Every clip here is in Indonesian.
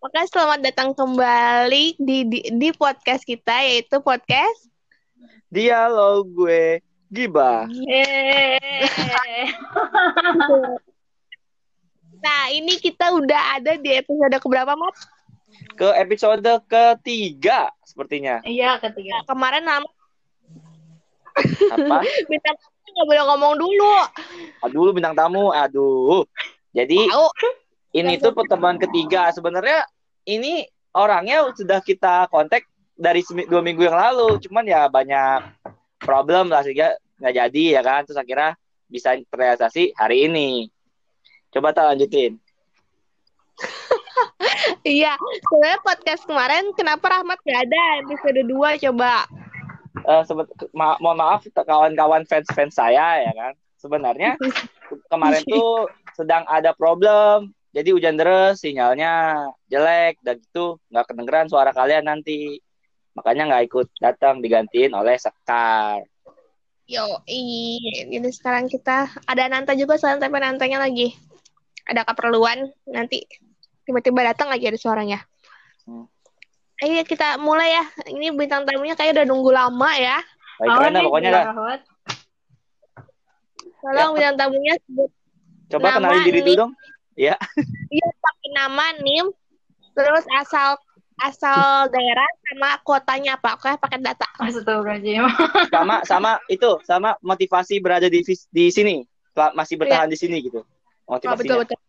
Oke, selamat datang kembali di podcast kita, yaitu podcast. Dialog gue Gibah. Yeay. Nah, ini kita udah ada di episode keberapa, Mat? Ke episode ketiga sepertinya. Iya, ketiga. Kemarin nama Apa? bintang tamu nggak boleh ngomong dulu. Aduh, bintang tamu. Aduh. Jadi Tahu. ini tuh pertemuan ketiga. Sebenarnya ini orangnya sudah kita kontak dari 2 minggu yang lalu. Cuman ya banyak problem lah sehingga nggak jadi ya kan. Terus akhirnya bisa terrealisasi hari ini. Coba tak lanjutin. Iya, sebenarnya podcast kemarin kenapa Rahmat gak ada episode 2 coba. Mohon maaf kawan-kawan fans saya ya kan. Sebenarnya kemarin tuh sedang ada problem. Jadi hujan deras, sinyalnya jelek dan gitu nggak kedengeran suara kalian nanti. Makanya nggak ikut datang, digantiin oleh Sekar. Jadi sekarang kita ada Nanta juga, soalnya tapi Nantanya lagi ada keperluan, nanti tiba-tiba datang lagi ada suaranya. Ayo kita mulai ya. Ini bintang tamunya kayak udah nunggu lama ya. Baik, keren dah pokoknya dah. Tolong bintang tamunya sebut Coba nama, kenalin diri dulu dong. Ya. Iya, pakai nama, NIM, terus asal daerah sama kotanya apa. Oke, pakai data. Astagfirullahaladzim. Sama motivasi berada di sini. Masih bertahan di sini gitu. Motivasinya. Betul.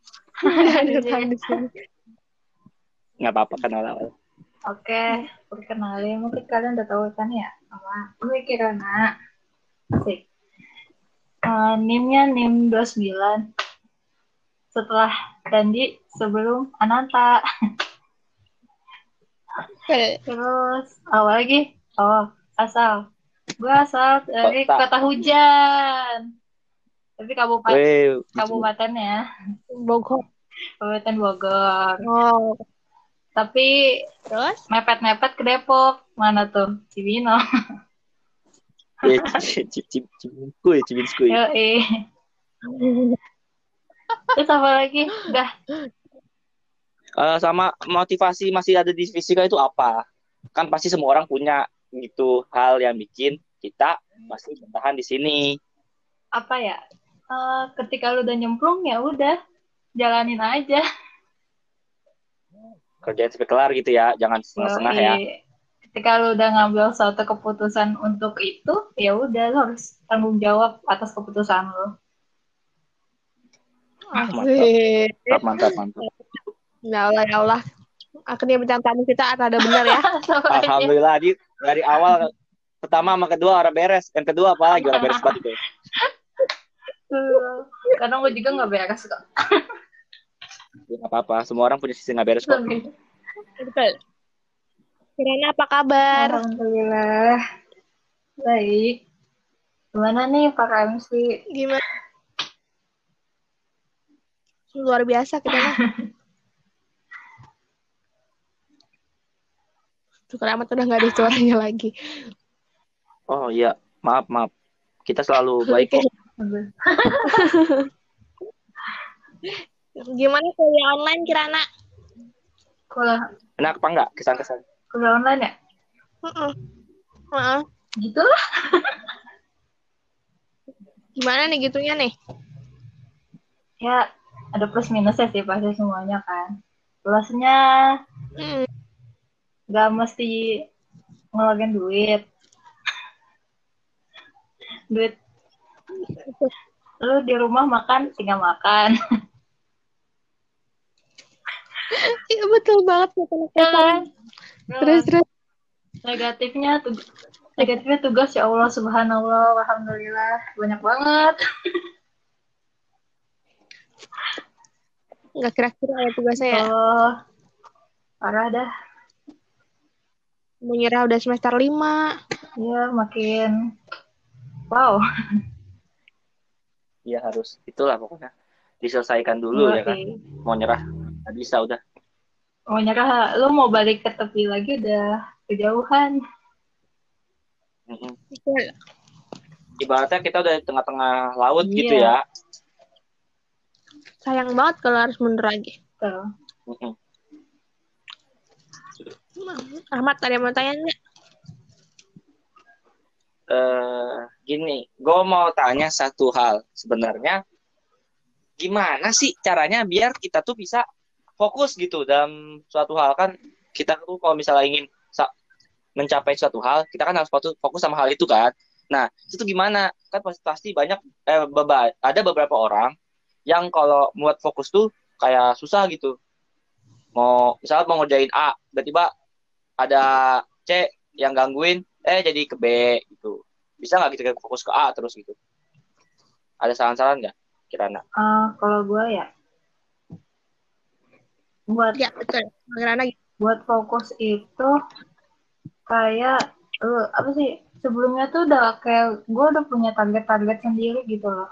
Nggak apa-apa kenal awal. Oke, perkenalin. Mungkin kalian udah tahu kan ya sama gue Kirana. Asik. NIM-nya NIM 29. Setelah Dandi, sebelum Ananta. Terus awal lagi. Asal. Gue asal dari kota hujan. Tapi kabupatennya Bogor. Kabupaten Bogor. Oh. Tapi Terus mepet ke Depok. Mana tuh? Cibino. Cibinskui. Terus apa lagi? Udah. Sama motivasi masih ada di fisika itu apa? Kan pasti semua orang punya gitu hal yang bikin kita masih bertahan di sini. Apa ya? Ketika lu udah nyemplung ya udah jalanin aja. Kerjaan sampai kelar gitu ya, jangan setengah-setengah ya. Ketika lu udah ngambil suatu keputusan untuk itu, ya udah lu harus tanggung jawab atas keputusan lu. Mantap. Ya Allah. Akhirnya bintang tamu kita ada benar ya. Alhamdulillah, dari awal pertama sama kedua orang beres. Yang kedua apa lagi orang beres banget itu. Kadang gue juga nggak beres kok. Ya, nggak apa-apa, semua orang punya sisi nggak beres kok. Betul. Kirana apa kabar? Alhamdulillah. Baik. Gimana nih Pak MC? Gimana? Luar biasa kita mah. Syukur amat udah nggak ada suaranya lagi. Oh iya, maaf. Kita selalu baik kok. Gimana kuliah online Kirana? Enak apa enggak kesan-kesan? Kuliah online ya? Gitu lah. Gimana nih gitunya nih? Ya, ada plus minusnya sih pasti semuanya kan. Plusnya nggak mesti ngeluarin duit. Lu di rumah makan, tinggal makan. Iya betul banget Kan? Terus Negatifnya tugas ya Allah subhanallah alhamdulillah banyak banget. Nggak kira-kira ya tugasnya ya. Parah dah. Menyerah udah semester 5. Iya makin wow. Iya harus itulah pokoknya diselesaikan dulu ya kan. Mau nyerah nggak bisa udah. Mau nyerah, lu mau balik ke tepi lagi udah kejauhan. Ibaratnya kita udah di tengah-tengah laut gitu ya. Sayang banget kalau harus mundur lagi. Ahmad, ada yang mau tanya nggak? Gini, gue mau tanya satu hal. Sebenarnya gimana sih caranya biar kita tuh bisa fokus gitu dalam suatu hal? Kan kita tuh kalau misalnya ingin mencapai suatu hal, kita kan harus fokus sama hal itu kan. Nah, itu gimana? Kan pasti banyak ada beberapa orang yang kalau buat fokus tuh kayak susah gitu. Misalnya mau ngerjain A, tiba-tiba ada C yang gangguin, jadi ke B gitu. Bisa nggak gitu kayak fokus ke A terus gitu? Ada saran-saran nggak, Kirana? Kalau gue ya, Ya betul. Kirana gitu. buat fokus itu kayak apa sih? Sebelumnya tuh udah kayak gue udah punya target-target sendiri gitu loh.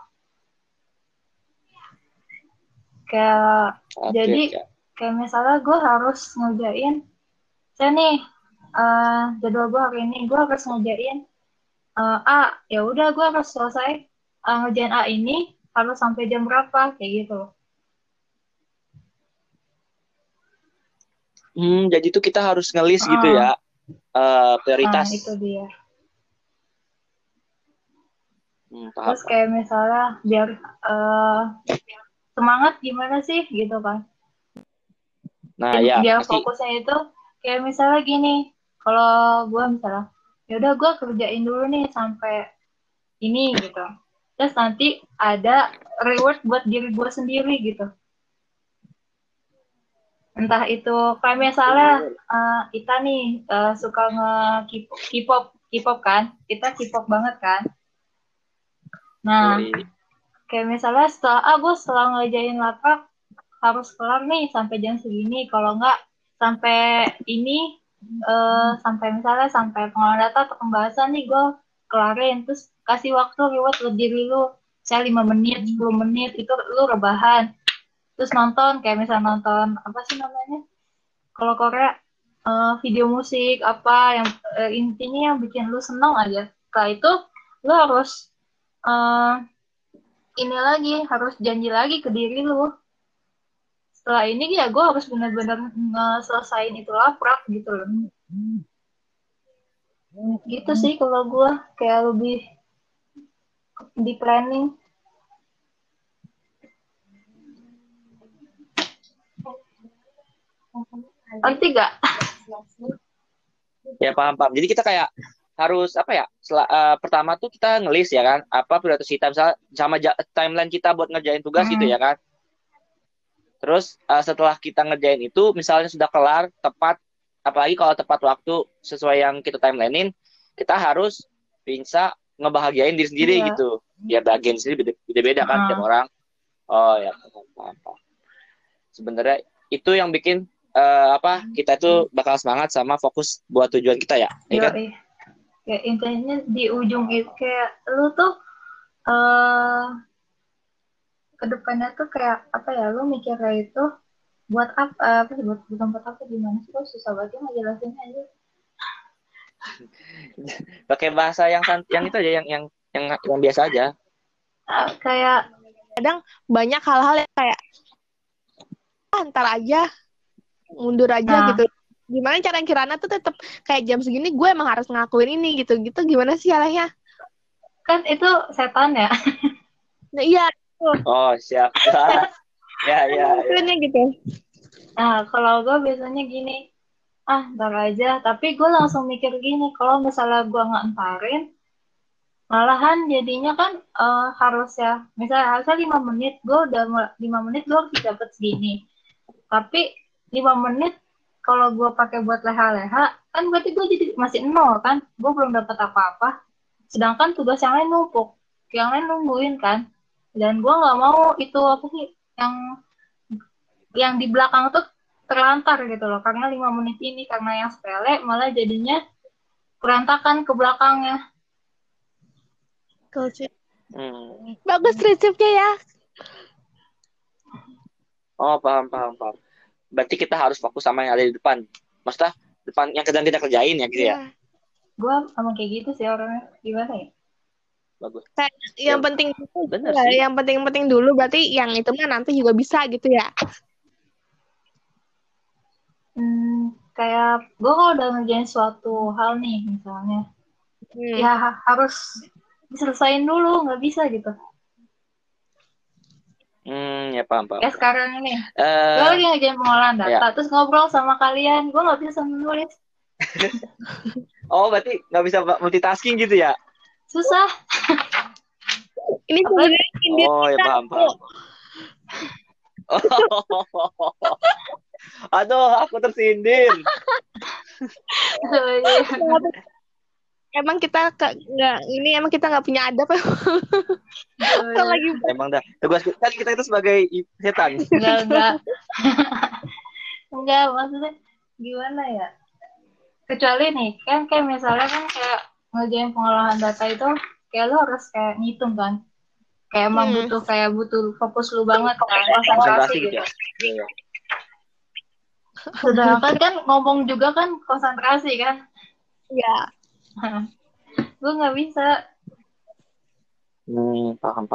Kayak jadi Okay. kayak misalnya gue harus ngerjain, saya nih jadwal gue hari ini gue harus ngerjain A, ya udah gue harus selesai ngerjain A ini harus sampai jam berapa kayak gitu. Jadi tuh kita harus ngelis gitu ya, prioritas. Nah, itu dia. Paham. Terus kayak misalnya biar semangat gimana sih gitu kan. Nah, ya Biar pasti. fokusnya itu kayak misalnya gini, kalau gue misalnya ya udah gue kerjain dulu nih sampai ini gitu. Terus nanti ada reward buat diri gue sendiri gitu. Entah itu kayak misalnya kita nih suka K-pop kan, kita K-pop banget kan. Nah, kayak misalnya setelah ngerjain lapak harus kelar nih sampai jam segini. Kalau enggak sampai ini sampai misalnya sampai pengolahan data atau pembahasan nih gue kelarin, terus kasih waktu reward buat diri lu. Saya 5 menit, 10 menit itu lu rebahan. Terus nonton kayak misalnya nonton apa sih namanya? Kalau Korea video musik apa yang intinya yang bikin lu seneng aja. Setelah itu lu harus ini lagi, harus janji lagi ke diri lu. Setelah ini ya gue harus benar-benar ngeselesain itu laprak gitu loh. Gitu sih kalau gue kayak lebih di planning. Nanti gak? Ya paham. Jadi kita kayak harus apa ya? Pertama tuh kita ngelis ya kan, apa prioritas kita misalnya sama timeline kita buat ngerjain tugas gitu ya kan. Terus setelah kita ngerjain itu, misalnya sudah kelar tepat, apalagi kalau tepat waktu sesuai yang kita timelinein, kita harus bisa ngebahagiain diri sendiri gitu. Ya bagian sendiri beda-beda kan tiap orang. Oh ya, paham. Sebenarnya itu yang bikin kita tuh bakal semangat sama fokus buat tujuan kita ya. Ya kan? Ya intinya di ujung itu kayak lu tuh kedepannya tuh kayak apa ya, lu mikirnya itu buat apa sih, buat tempat apa gimana sih, kok susah banget ngejelasinnya aja. Pakai bahasa yang itu aja, yang biasa aja. Kayak kadang banyak hal-hal yang kayak ntar aja, mundur aja gitu. Gimana cara Kirana tuh tetap kayak jam segini gue emang harus ngakuin ini gitu gimana sih caranya? Kan itu setan ya. Nah, iya. Oh siap. ya. Gitu. Nah kalau gue biasanya gini, ntar aja. Tapi gue langsung mikir gini, kalau misalnya gue nggak entarin, malahan jadinya kan harusnya, misalnya harusnya 5 menit, gue udah 5 menit gue harus dapat segini. Tapi 5 menit kalau gue pakai buat leha-leha, kan berarti gue jadi masih 0 kan, gue belum dapat apa-apa. Sedangkan tugas yang lain numpuk, yang lain nungguin kan. Dan gue nggak mau itu apa sih, yang di belakang tuh terlantar gitu loh, karena 5 menit ini karena yang sepele malah jadinya berantakan ke belakangnya. Bagus prinsipnya ya. Oh paham. Berarti kita harus fokus sama yang ada di depan. Maksudnya depan yang sedang kita kerjain ya gitu ya. Gue emang kayak gitu sih orangnya. Gimana ya? Bagus. Yang penting yang penting dulu, berarti yang itu mah nanti juga bisa gitu ya. kayak gue kalau udah ngerjain suatu hal nih misalnya, ya harus diselesain dulu, nggak bisa gitu. Ya paham. Kayak sekarang nih, gue lagi ngerjain pengolahan data, terus ngobrol sama kalian, gue nggak bisa sambil nulis. Oh, berarti nggak bisa multitasking gitu ya? Susah. Ini sebenarnya India. Oh, ya paham. Aduh, aku tersindir. Emang kita nggak punya adab. Lagi emang dah tugas kita itu sebagai setan. Enggak, maksudnya gimana ya? Kecuali nih, kan kayak misalnya kan kayak ngerjain pengolahan data itu kayak lo harus kayak ngitung kan. Kayak emang butuh fokus lu banget kan, konsentrasi gitu. Ya. Sedangkan kan ngomong juga kan konsentrasi kan. Iya. Gue nggak bisa. Paham.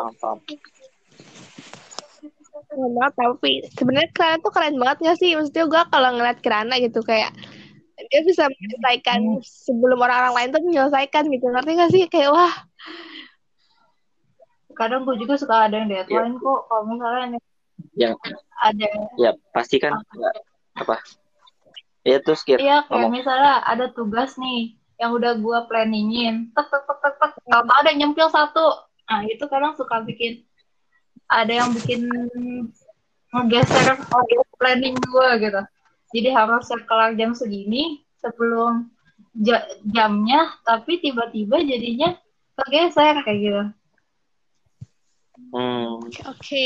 Banget, tapi sebenarnya Kirana tuh keren banget nggak sih? Maksudnya gue kalau ngeliat Kirana gitu kayak dia bisa menyelesaikan sebelum orang-orang lain tuh menyelesaikan gitu, ngerti nggak sih? Kayak wah. Kadang gue juga suka ada yang deadline kok. Kalau misalnya yang ada. Ya pasti kan apa? Ya terus Iya kayak misalnya ada tugas nih yang udah gue planningin, kalau ada yang nyempil satu, nah itu kadang suka bikin ada yang bikin ngegeser planning gue gitu. Jadi harus kelar jam segini sebelum jamnya, tapi tiba-tiba jadinya kegeser kayak gitu. Oke.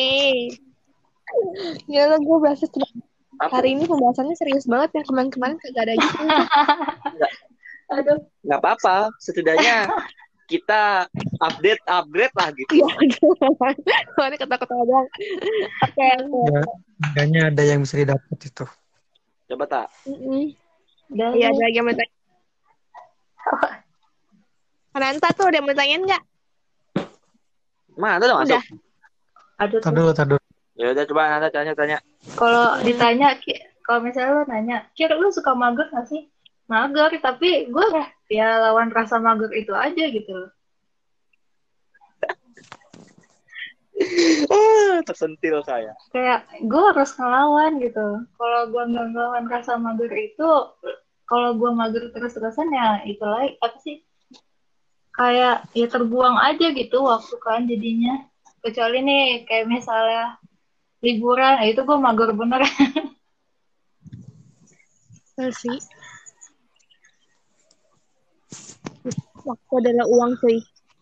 Ya gue berasa hari ini pembahasannya serius banget ya, kemarin-kemarin kagak ada gitu. Aduh. Nggak apa-apa, setidaknya kita upgrade lah gitu. Ini kata-kata doang. Oke. Kayaknya ada yang bisa didapat itu. Coba tak? Iya, ada lagi yang mau tanya. Renata tuh udah mau tanyain nggak? Mana tuh masuk? Aduh. Tadu. Ya udah coba Nanda tanya. Kalau ditanya, kalau misalnya lo nanya, Kira lu suka mager nggak sih? Mager, tapi gue ya lawan rasa mager itu aja gitu. Tersentil saya. Kayak gue harus ngelawan gitu. Kalau gue nggak ngelawan rasa mager itu, kalau gue mager terus-terusan ya itu lagi apa sih? Kayak ya terbuang aja gitu waktu kan jadinya. Kecuali nih kayak misalnya liburan, itu gue mager bener. Sih. Waktu adalah uang cuy.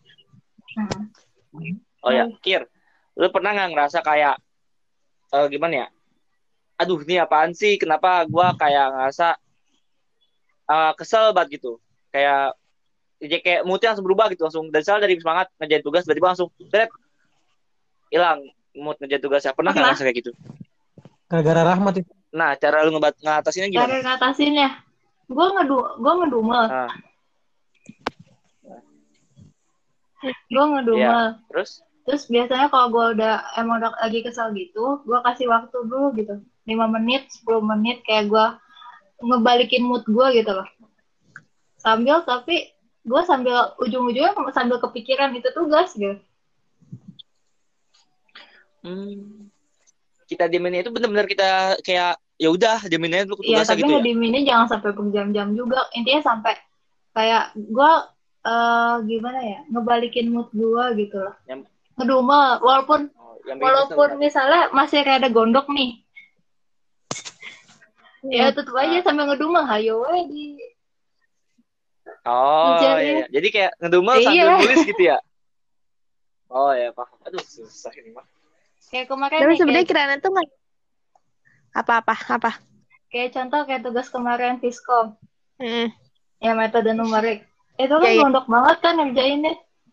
Oh ya, Kir, lu pernah nggak ngerasa kayak gimana ya? Aduh, ini apaan sih? Kenapa gue kayak ngerasa kesel banget gitu? Kayak moodnya langsung berubah gitu, langsung dari semangat ngerjain tugas, tiba-tiba langsung hilang mood ngerjain tugasnya. Pernah nggak ngerasa kayak gitu? Gara-gara Rahmat itu. Nah, cara lu ngatasinnya gimana? Cara ngatasinnya, gue ngedumel. Gue ngedumel. Ya, terus biasanya kalau gue emang udah lagi kesal gitu, gue kasih waktu dulu gitu, 5 menit, 10 menit, kayak gue ngebalikin mood gue gitu loh. Tapi gue sambil ujung-ujungnya sambil kepikiran itu tugas gitu. Kita diemin itu benar-benar kita kayak ya udah diemin aja dulu tugasnya gitu ya. Iya, tapi ngedieminnya jangan sampai berjam-jam juga. Intinya sampai kayak gue gimana ya, ngebalikin mood gue gitu loh. Ngedumel walaupun misalnya masih ada gondok nih. Ya tetep aja sambil ngedumel, hayo di. Oh iya. Jadi kayak ngedumel sambil nulis gitu ya. Oh ya, Pak. Aduh, susah ini mah. Kayak kemarin. Tapi sebenarnya Kirana tuh nggak apa. Kayak contoh kayak tugas kemarin Fiskom. Ya metode numerik. Itu kan gondok banget kan ngerjainnya.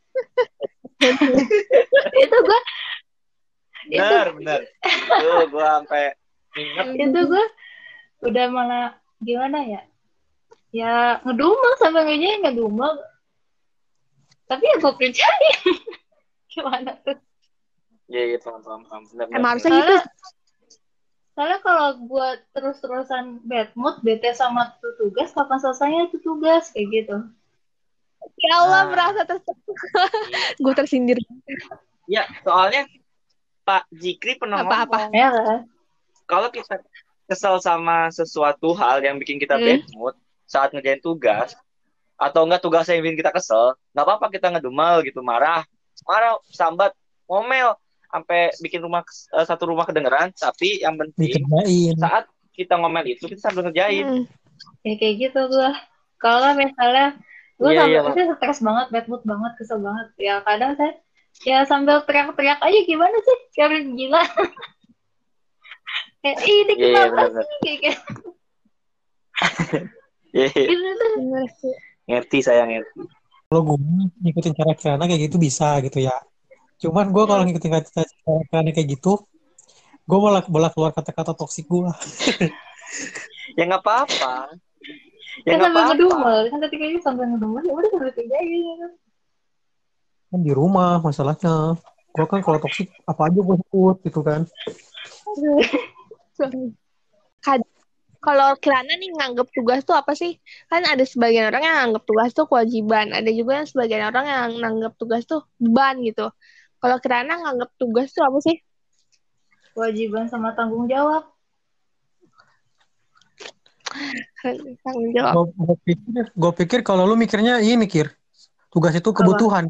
Itu gue. Benar. Tuh gue sampai inget. Itu gue udah malah gimana ya? Ya ngedumel sampai ngedumel. Tapi ya gue kerjain. Gimana tuh? Iya, paham. Emang harusnya gitu. Soalnya kalau gue terus-terusan bad mood, bete sama tuh tugas, kapan selesainya tuh tugas kayak gitu. Ya Allah, Nah, merasa tersentuh. iya. Gue tersindir. Ya, soalnya Pak Jikri pernah Apa-apa. ngomong, Ya kan? kalau kita kesel sama sesuatu hal yang bikin kita bad mood saat ngerjain tugas, atau enggak tugas yang bikin kita kesel, nggak apa-apa kita ngedumel gitu, marah, sambat, ngomel, sampai bikin satu rumah kedengeran. Tapi yang penting Dikerjain. saat kita ngomel itu kita sambil ngerjain. Ya kayak gitu gue. Kalau misalnya gue Iya, sambil iya, Pak. itu stres banget, bad mood banget, kesel banget. Ya kadang saya ya sambil teriak-teriak aja gimana sih? Kayak gila. Kayak ini Iya, iya, kenapa benar. sih? Kayak Iya, iya. gitu tuh. Bener sih. Ngerti, saya ngerti. Kalau gue ngikutin cara Kirana kayak gitu bisa gitu ya. Cuman gue kalau ngikutin cara Kirana kayak gitu, gue malah keluar kata-kata toksik gue. Ya nggak apa-apa. Ya Kan nggak sambil apa-apa. ngedumel, kan ketika itu sambil ngedumel ya udah sambil kerjain gitu. Kan di rumah masalahnya. Gue kan kalau toksik apa aja gue sebut gitu kan. Sorry. Kalau Kirana nih nganggap tugas tuh apa sih? Kan ada sebagian orang yang nganggap tugas tuh kewajiban. Ada juga yang sebagian orang yang nganggap tugas tuh beban gitu. Kalau Kirana nganggap tugas tuh apa sih? Kewajiban sama tanggung jawab. Tanggung jawab. Gue pikir kalau lu mikirnya ini Kir, tugas itu kebutuhan.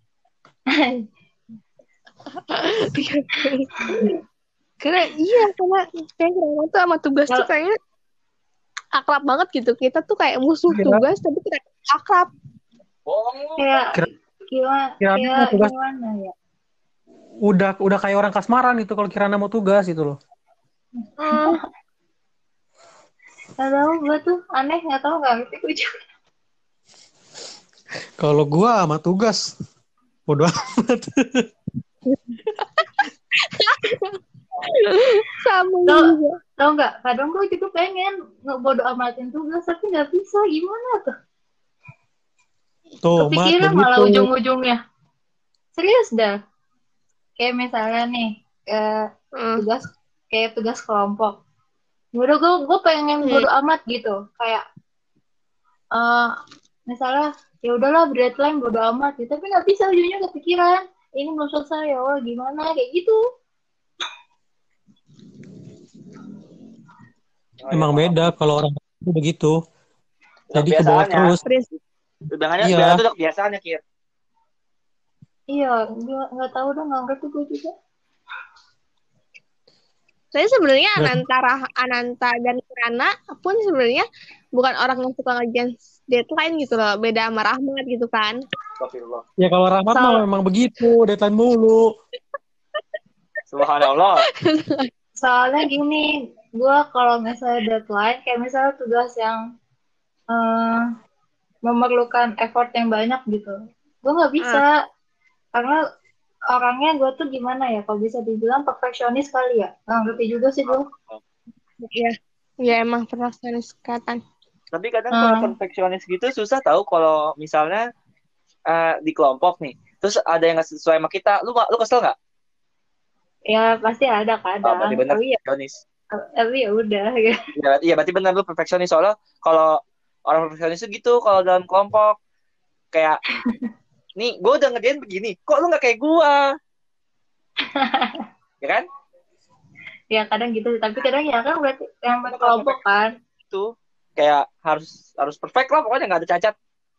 Karena iya, karena kayak Kirana tuh sama tugas tuh kayaknya akrab banget gitu. Kita tuh kayak musuh tugas, tapi kita akrab. Kayak gimana ya? Udah kayak orang kasmaran itu kalau Kirana mau tugas itu loh. Gak tau, gue tuh aneh, gak tau, gak ngerti gue juga. Kalau gue sama tugas, bodo amat. Sama juga. Tau gak, kadang gue juga pengen ngebodo amatin tugas, tapi gak bisa, gimana tuh? Tuh, kepikiran malah ujung-ujungnya. Serius dah. Kayak misalnya nih, tugas kelompok. Udah gue pengen bodo amat gitu. Kayak, misalnya, ya udahlah deadline bodo amat gitu. Tapi nggak bisa, ujungnya kepikiran. Ini belum selesai, ya Allah, gimana? Kayak gitu. Emang beda kalau orang itu begitu. Jadi kebawa terus. Iya. Udah kebiasaannya, Kir. Iya, nggak tahu dong, nggak ngerti gue juga. Tapi sebenarnya Ananta dan Kirana pun sebenarnya bukan orang yang suka ngerjain deadline gitu loh. Beda sama Rahmat gitu kan. Ya kalau Rahmat mah memang begitu, deadline mulu. Subhanallah. Soalnya gini, gue kalau misalnya deadline, kayak misalnya tugas yang memerlukan effort yang banyak gitu, gue nggak bisa. Karena orangnya gue tuh gimana ya, kalau bisa dibilang perfeksionis kali ya. Nggak ngerti juga sih gue. Iya. Ya emang perfeksionis kelihatan. Tapi kadang kalau perfeksionis gitu susah tahu kalau misalnya di kelompok nih, terus ada yang nggak sesuai sama kita, lu kesel nggak? Ya pasti ada kadang. Berarti benar perfeksionis. Tapi ya udah. Iya berarti benar lu perfeksionis, soalnya kalau orang perfeksionis itu gitu kalau dalam kelompok kayak nih gue udah ngerjain begini, kok lu nggak kayak gue? Ya kan? Ya kadang gitu, tapi kadang ya kan berarti yang berkelompok kan. Itu kayak harus perfect lah, pokoknya nggak ada cacat.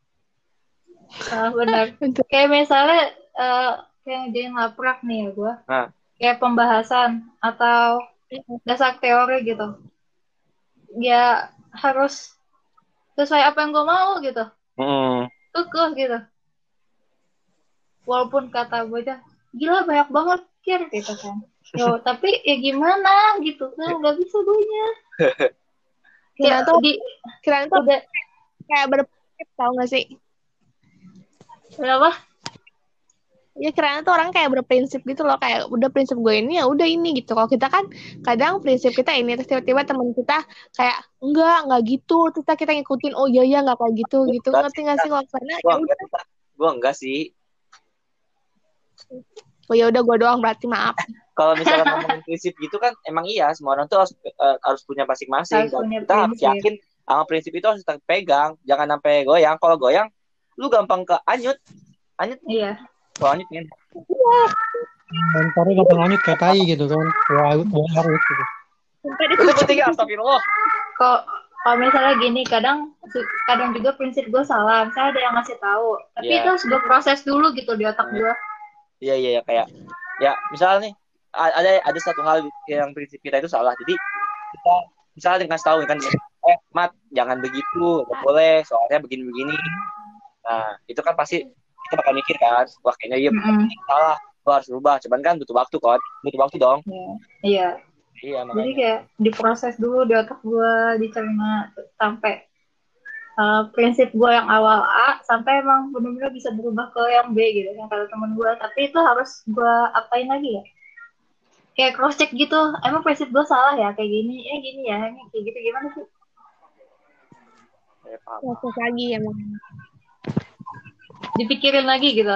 Benar. Kayak misalnya kayak ngerjain laprak nih ya gue. Kayak pembahasan atau dasar teori gitu. Ya harus sesuai apa yang gue mau gitu. Kekeh gitu. Walaupun kata bocah, gila banyak banget Kir gitu kan. Yo, tapi ya gimana gitu kan, nggak bisa gue nya. Kira tuh udah kayak berprinsip, tau gak sih? Kenapa? Ya kira tuh orang kayak berprinsip gitu loh, kayak udah prinsip gue ini ya udah ini gitu. Kalau kita kan kadang prinsip kita ini, terus tiba-tiba teman kita kayak enggak gitu, terus kita ngikutin, oh iya nggak kayak gitu. Ngerti nggak sih? Kalau karena gue enggak sih. Oh ya udah gue doang berarti, maaf. kalau misalnya ngomongin prinsip gitu kan emang iya semua orang tuh harus punya masing-masing. Harus punya Kita harus prinsip. yakin sama prinsip itu harus tetap pegang, jangan sampai goyang. Kalau goyang, lu gampang ke anyut. Iya. Kalau anyut kan. Mentalnya gampang lanjut kayak tai gitu kan. Wah, harus gitu. Itu pentingnya astagfirullah. Kalau misalnya gini, kadang juga prinsip gue salah. Misalnya ada yang ngasih tahu, tapi Iya. itu harus gue proses dulu gitu di otak gue. Iya kayak ya misalnya nih ada satu hal yang prinsip kita itu salah. Jadi kita misalnya dikasih tahu kan, Mat jangan begitu, nggak boleh soalnya begini-begini. Nah itu kan pasti kita bakal mikir kan, wah kayaknya iya salah, gua harus berubah. Cuman kan butuh waktu dong. Iya. Iya makanya. Jadi kayak diproses dulu di otak gue, dicerna sampai prinsip gue yang awal A sampai emang benar-benar bisa berubah ke yang B gitu yang kata temen gue. Tapi itu harus gue apain lagi ya? Kayak cross check gitu. Emang prinsip gue salah ya kayak gini, gini ya, ini kayak gitu gimana sih? Proses lagi emang. Dipikirin lagi gitu.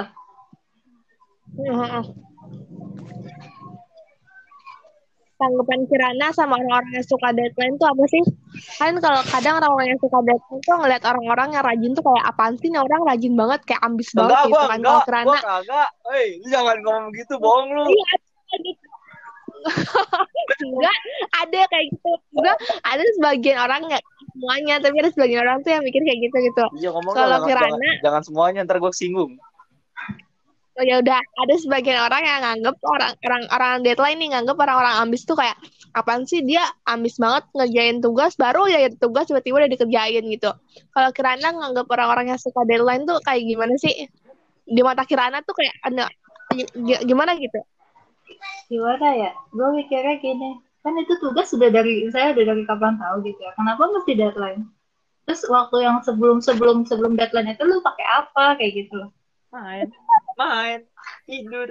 Tanggapan Kirana sama orang-orang yang suka deadline tuh apa sih? Kan kalau kadang orang-orang yang suka deadline tuh ngeliat orang-orang yang rajin tuh kayak apaan sih nih orang rajin banget kayak ambis banget gitu kan. Kalau Kirana Gua kagak. Lu jangan ngomong gitu, bohong lu. Iya, gitu. Enggak, ada kayak gitu. Enggak, ada sebagian orang nggak semuanya, tapi ada sebagian orang tuh yang mikir kayak gitu. Iya ngomong Kalau Kirana, jangan semuanya ntar gue singgung. oh ya udah ada sebagian orang yang nganggep orang deadline nih nganggep orang-orang ambis tuh kayak apaan sih dia ambis banget ngerjain tugas baru ya tugas tiba-tiba udah dikerjain gitu. Kalau Kirana nganggep orang-orang yang suka deadline tuh kayak gimana sih? Di mata Kirana tuh kayak ada gimana gitu? Gimana ya? Gue mikirnya gini, kan itu tugas saya udah dari kapan tahu gitu ya. Kenapa mesti deadline? Terus waktu yang sebelum deadline itu lu pakai apa kayak gitu? Main, tidur.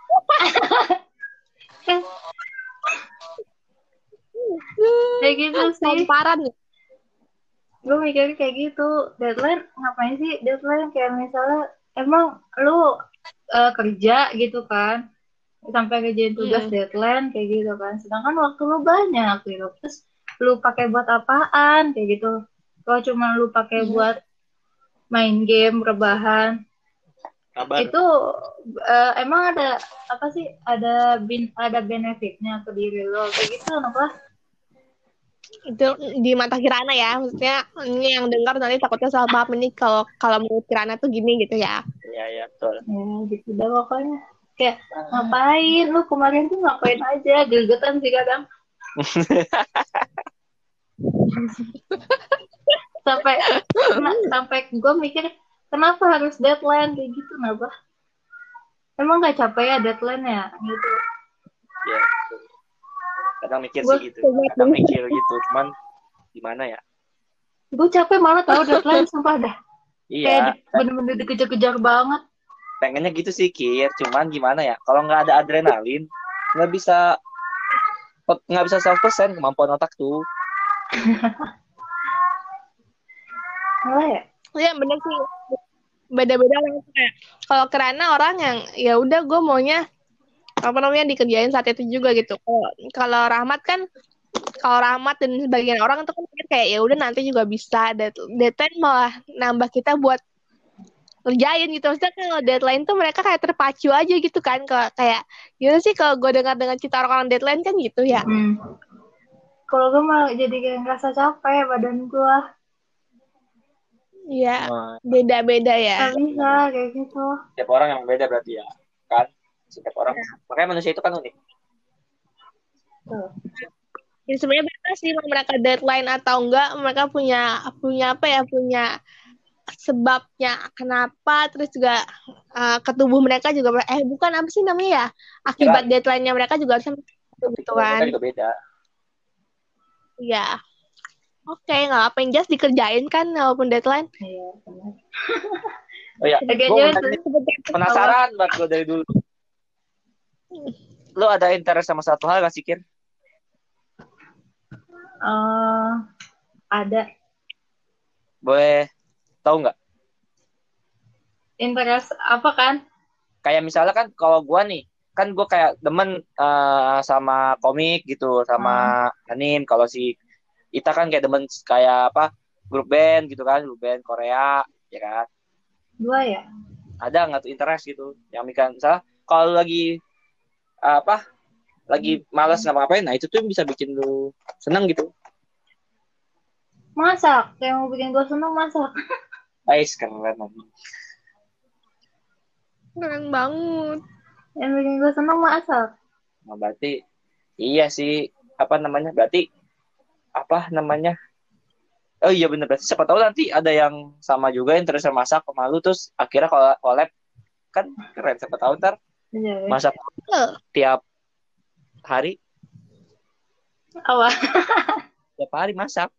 Kayak gitu sih. Tamparan. Gue mikirnya kayak gitu. Deadline ngapain sih? Deadline kayak misalnya emang lu kerja gitu kan, sampai kerjain tugas deadline kayak gitu kan. Sedangkan waktu lu banyak gitu. Terus lu pakai buat apaan kayak gitu? Kalau cuma lu pakai buat main game, rebahan, itu emang ada apa sih? Ada benefitnya ke diri lo kayak gitu kenapa? Itu di mata Kirana ya, maksudnya ini yang dengar nanti takutnya salah paham ini kalau menurut Kirana tuh gini gitu ya. Iya betul. Ya gitu dah pokoknya. Kayak ngapain lu kemarin tuh ngapain aja, gregetan sih kadang. sampai gue mikir kenapa harus deadline kayak gitu, kenapa? Emang gak capek ya deadline ya gitu? Iya. Kadang mikir sih gitu. Kadang mikir gitu, cuman gimana ya? Gue capek malah tahu deadline sumpah dah. Iya. Kayak bener-bener dikejar-kejar banget. Pengennya gitu sih Kir, cuman gimana ya? Kalau nggak ada adrenalin, nggak bisa 100% kemampuan otak tuh. Malah ya? Iya bener sih. Beda-beda orang kayak kalau Kirana orang yang ya udah gue maunya apa namanya dikerjain saat itu juga gitu. Kalau Rahmat kan dan sebagian orang itu kan kayak ya udah nanti juga bisa deadline malah nambah kita buat kerjain gitu. Maksudnya kalau deadline tuh mereka kayak terpacu aja gitu kan kayak gimana sih kalau gue dengar dengan cerita orang-orang deadline kan gitu ya. Kalau gue malah jadi kayak ngerasa capek badan gue. Iya, beda-beda ya. Gak bisa kayak gitu. Setiap orang yang beda berarti ya, kan? Setiap orang. Makanya manusia itu kan unik. Ya sebenarnya bebas sih mereka deadline atau enggak, mereka punya apa ya, punya sebabnya kenapa, terus juga ke tubuh mereka juga bukan apa sih namanya ya, akibat deadline-nya mereka juga harusnya gitu kan. Mereka juga beda. Iya. Oke, nggak apa yang just dikerjain kan walaupun deadline. Iya, benar. Oh iya, gue penasaran banget gue dari dulu. Lo ada interest sama satu hal gak sih, Kir? Ada. Boleh tahu nggak? Interest apa kan? Kayak misalnya kan kalau gue nih, kan gue kayak demen sama komik gitu, sama anime. Kalau si Ita kan kayak demen kayak apa, grup band gitu kan, grup band Korea, ya kan. Dua ya? Ada nggak tuh interest gitu? Yang misalnya kalau lagi lagi malas ngapa-ngapain, nah itu tuh bisa bikin lu seneng gitu. Masak. Yang mau bikin gue seneng masak. Ais, keren lagi. Keren banget. Yang bikin gue seneng masak. Nah, berarti iya sih, berarti oh iya bener, berarti siapa tahu nanti ada yang sama juga yang terus masak sama lu, terus akhirnya kalau collab kan keren, siapa tahu ntar Iya. masak tiap hari, Apa? tiap hari masak,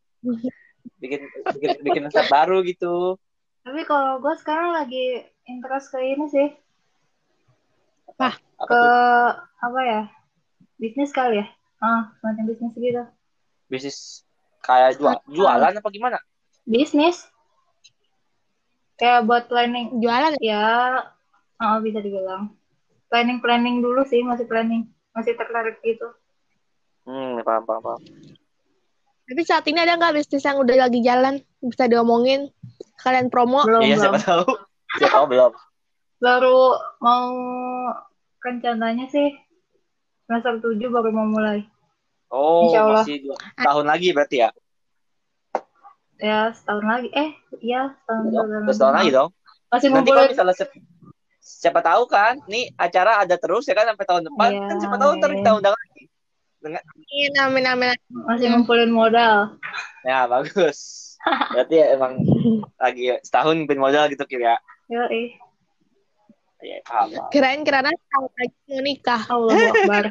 bikin resep baru gitu. Tapi kalau gue sekarang lagi interest ke ini sih. Apa Ke tuh? apa ya? Bisnis kali ya? Semacam bisnis gitu. Bisnis kayak jualan apa gimana? Bisnis. Kayak buat planning. Jualan. Ya, bisa dibilang. Planning dulu sih, masih planning. Masih tertarik gitu. Paham. Tapi saat ini ada nggak bisnis yang udah lagi jalan? Bisa diomongin? Kalian promo? Iya, siapa tahu. Siapa tahu belum. Baru mau rencananya sih semester 7 baru mau mulai. Oh, Insyaallah. masih 2 tahun lagi berarti ya? Ya, setahun lagi. Iya, setahun lagi dong. Masih nanti ngumpulin. kalau misalnya siapa tahu kan, nih acara ada terus ya kan sampai tahun depan, kan siapa tahu ntar kita undang lagi. Amin. Masih ngumpulin modal. Ya, bagus. Berarti ya emang lagi setahun ngumpulin modal gitu kira. Yoi. Ya, paham. Kirain setahun lagi mau nikah. Allahu Akbar.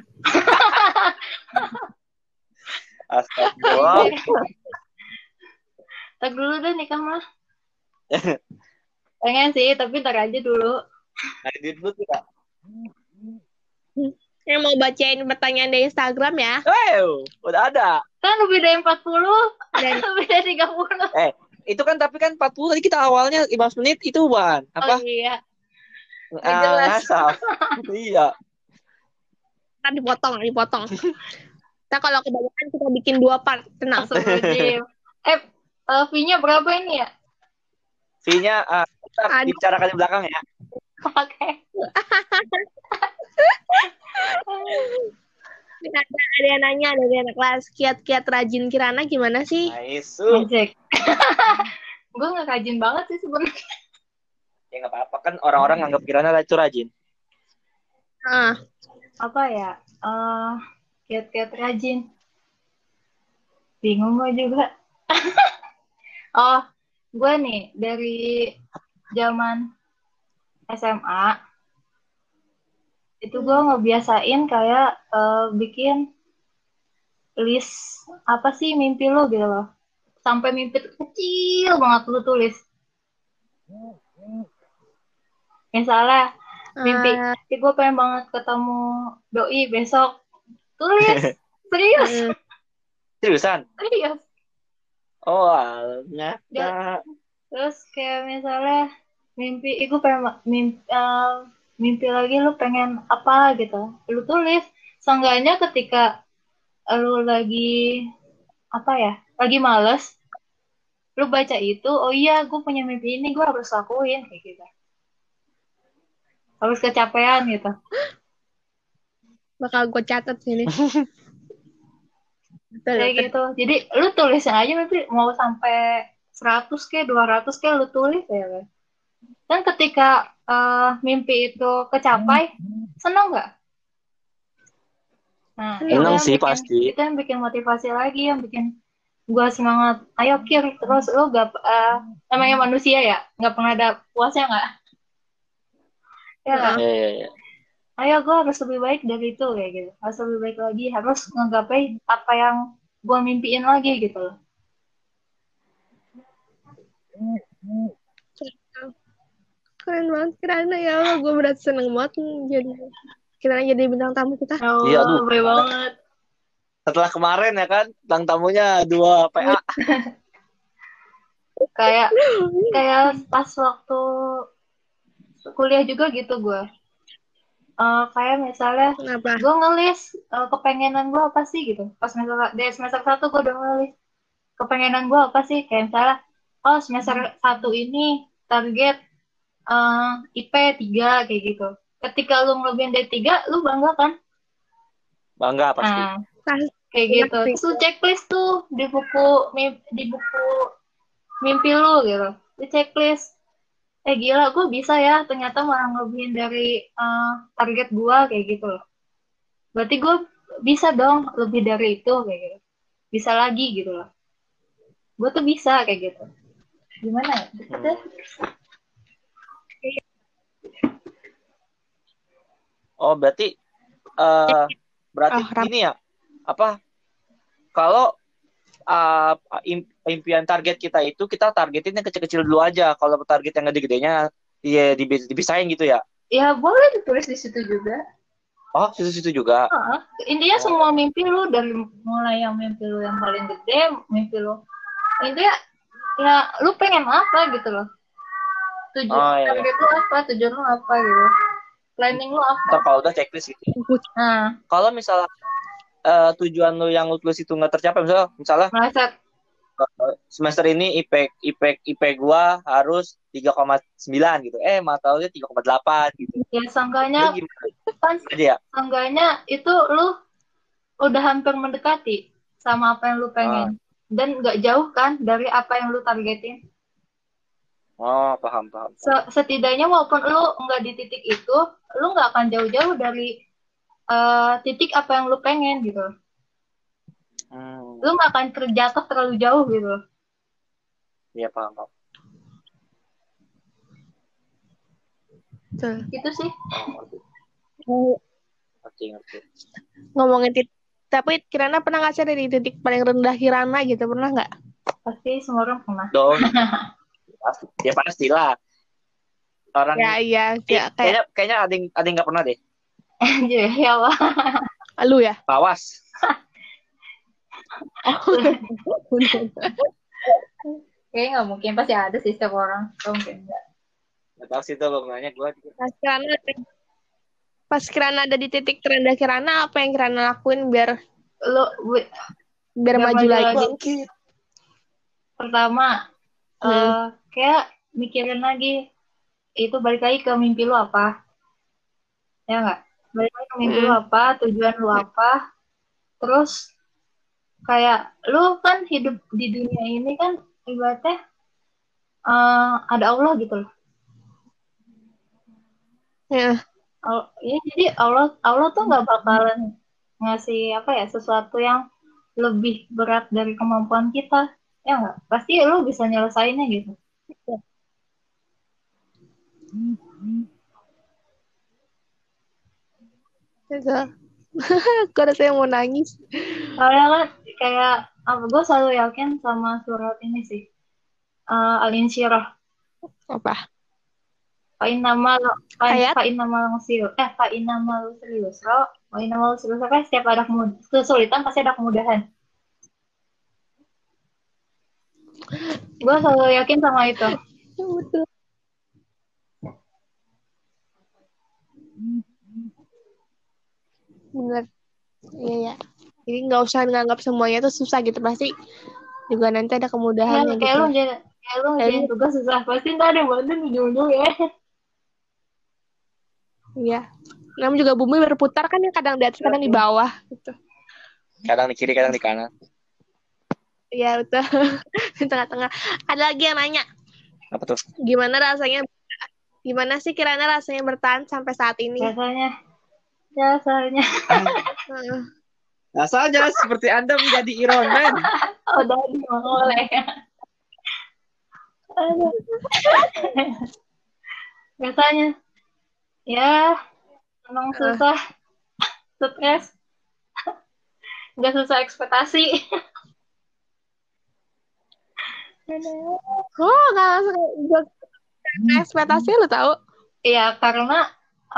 Astagfirullah. Tak dulu deh nikah mah. Pengen sih, tapi ntar aja dulu. Duit dulu tidak. Yang mau bacain pertanyaan dari Instagram ya. Udah ada. Kan lebih dari 40. Lebih dari 30. Itu kan tapi kan 40 tadi kita awalnya 15 menit itu Wan. Apa? Oh iya. Ngasal. Iya. Ntar dipotong. Nah kalau kebanyakan kita bikin 2 part, tenang. Fee-nya berapa ini ya? Fee-nya kita bicarakan di belakang ya. Oke. Ada yang nanya dari anak kelas, kiat-kiat rajin Kirana gimana sih? Nice. Ojek. Gue gak rajin banget sih sebenarnya. Ya nggak apa-apa kan, orang-orang nganggap Kirana itu rajin. Apa ya? Kiat-kiat rajin. Bingung gue juga. Gue nih dari zaman SMA itu gue ngebiasain kayak bikin list apa sih mimpi lo gitu loh. Sampai mimpi kecil banget lu tulis. Misalnya mimpi, gue pengen banget ketemu doi besok. Tulis. Serius. Seriusan? Serius. Oh, nyata. Terus kayak misalnya mimpi, gue pengen mimpi lagi lu pengen apa gitu. Lu tulis. Seenggaknya ketika lu lagi lagi males, lu baca itu, oh iya gue punya mimpi ini, gue harus lakuin kayak gitu. Harus kecapean gitu. Bakal gue catat sini. Kayak gitu. Jadi lu tulisin aja mimpi, mau sampai 100 ke 200 ke lu tulis ya. Dan ketika mimpi itu kecapai, seneng nggak? Nah, pasti. Itu yang bikin motivasi lagi, yang bikin gue semangat. Ayo Kir, terus lu namanya manusia ya, nggak pernah ada puasnya nggak? Ya kan? Iya. Ayo gue harus lebih baik dari itu kayak gitu. Harus lebih baik lagi, harus ngegapai apa yang gue mimpiin lagi gitu loh. Keren banget Kirana, ya Allah, gue berat seneng banget Kirana jadi bintang tamu kita. Iya, lebih banget. Setelah kemarin ya kan, bintang tamunya 2 PA. kayak pas waktu kuliah juga gitu gue. kayak misalnya Kenapa? gue ngelis kepengenan gue apa sih gitu. Pas dari semester 1 gue udah ngelis kepengenan gue apa sih, kayak misalnya semester 1 ini target IP 3 kayak gitu. Ketika lu ngelebihin dari 3, lu bangga kan? Bangga pasti. Nah, kayak gitu. Terus lu checklist tuh di buku mimpi lu gitu. Di checklist. Gila, gue bisa ya ternyata malah ngelebihin dari target gue kayak gitu loh. Berarti gue bisa dong lebih dari itu kayak gitu. Bisa lagi gitu loh. Gue tuh bisa kayak gitu. Gimana ya? Oh, berarti ini ya, apa? Kalau impian target kita itu kita targetin yang kecil-kecil dulu aja. Kalau target yang gede-gedenya ya dipisahin gitu ya. Ya boleh ditulis di situ juga. Oh, situ-situ juga. Intinya semua mimpi lu, dari mulai yang mimpi lu yang paling gede, mimpi lu intinya ya lu pengen apa gitu loh. Tujuan lu apa, tujuan lu apa gitu. Planning lu apa. Ntar kalau udah checklist gitu. Nah, kalau misalnya tujuan lu yang lu tulis itu nggak tercapai, misalnya semester ini IP gua harus 3,9 gitu. Mata lu 3,8 gitu. Ya seenggaknya kan seenggaknya itu lu udah hampir mendekati sama apa yang lu pengen. Dan nggak jauh kan dari apa yang lu targetin. Oh, paham. Setidaknya walaupun lu nggak di titik itu, lu nggak akan jauh-jauh dari titik apa yang lu pengen gitu. Lu nggak akan terjatuh terlalu jauh gitu. Iya, paham. Gitu sih. Ngerti. Ngomongin titik, tapi Kirana pernah nggak sih ada di titik paling rendah Kirana gitu? Pernah nggak? Pasti semua orang pernah. Dong. Ya pastilah. Orang kayaknya ada yang nggak pernah deh. Ya Allah. Lu ya? Awas. Kayaknya nggak mungkin, pasti ada sih setiap orang. Mungkin enggak. Nggak tahu sih itu nanya gue. Pas Kirana ada di titik terendah Kirana, apa yang Kirana lakuin biar maju lagi? Pertama, kayak mikirin lagi, itu balik lagi ke mimpi lu apa, ya nggak? Balik lagi ke mimpi lu apa, tujuan lu apa, terus kayak lu kan hidup di dunia ini kan ibaratnya ada Allah gitu loh. Ya. Jadi Allah tuh nggak bakalan ngasih sesuatu yang lebih berat dari kemampuan kita, ya nggak? Pasti lu bisa nyelesainnya gitu. Gue rasanya mau nangis. Soalnya kan kayak gue selalu yakin sama surat ini sih, Al-Insyirah. Apa? Fa'innamal yusra, setiap ada kesulitan pasti ada kemudahan. Gue selalu yakin sama itu. Betul. Bener. Iya. Jadi nggak usah nganggap semuanya tuh susah gitu, pasti juga nanti ada kemudahannya gitu. Kayak lu ngerjain tugas susah, pasti ntar ada yang bantuin ujung-ujung ya. Iya. Namanya juga bumi berputar kan, yang kadang di atas, kadang di bawah gitu. Kadang di kiri, kadang di kanan. Iya, betul. Di tengah-tengah. Ada lagi yang nanya. Apa tuh? Gimana sih Kirana rasanya bertahan sampai saat ini? Rasanya seperti Anda menjadi Iron Man. Udah boleh. Rasanya ya emang susah, stres, nggak susah ekspektasi. Nggak langsung ekspektasi, lu tahu? Iya, karena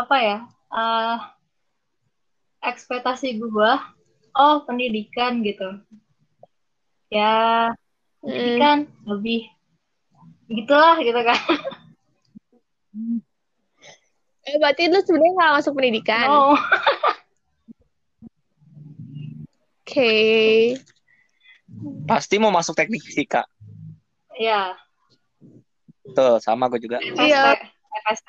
ekspektasi gue, pendidikan gitu. Ya, pendidikan lebih gitulah gitu kan. Berarti lu sebenarnya nggak masuk pendidikan. No. Oke. Pasti mau masuk teknik fisika. Iya. Tuh, sama gue juga. Iya. FST.